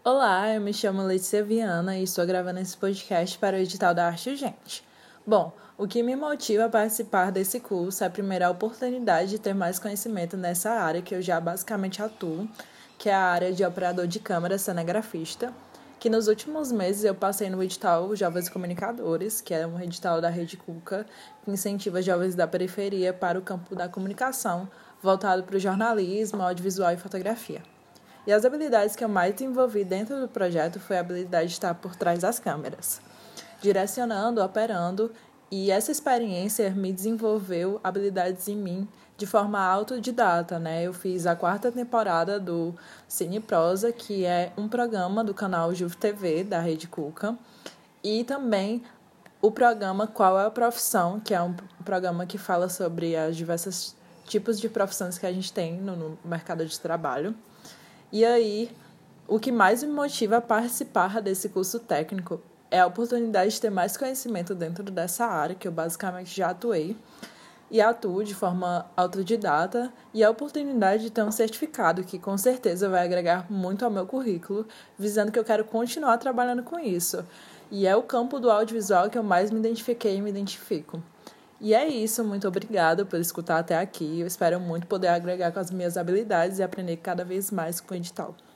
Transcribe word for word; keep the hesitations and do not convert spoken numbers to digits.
Olá, eu me chamo Letícia Viana e estou gravando esse podcast para o edital da Arte Urgente. Bom, o que me motiva a participar desse curso é a primeira oportunidade de ter mais conhecimento nessa área que eu já basicamente atuo, que é a área de operador de câmera cinegrafista, que nos últimos meses eu passei no edital Jovens Comunicadores, que é um edital da Rede Cuca, que incentiva jovens da periferia para o campo da comunicação, voltado para o jornalismo, audiovisual e fotografia. E as habilidades que eu mais desenvolvi dentro do projeto foi a habilidade de estar por trás das câmeras, direcionando, operando, e essa experiência me desenvolveu habilidades em mim de forma autodidata, né? Eu fiz a quarta temporada do Cine Prosa, que é um programa do canal Juve T V, da Rede Cuca, e também o programa Qual é a Profissão, que é um programa que fala sobre as diversos tipos de profissões que a gente tem no, no mercado de trabalho. E aí, o que mais me motiva a participar desse curso técnico é a oportunidade de ter mais conhecimento dentro dessa área, que eu basicamente já atuei, e atuo de forma autodidata, e a oportunidade de ter um certificado que com certeza vai agregar muito ao meu currículo, visando que eu quero continuar trabalhando com isso. E é o campo do audiovisual que eu mais me identifiquei e me identifico. E é isso, muito obrigada por escutar até aqui. Eu espero muito poder agregar com as minhas habilidades e aprender cada vez mais com o edital.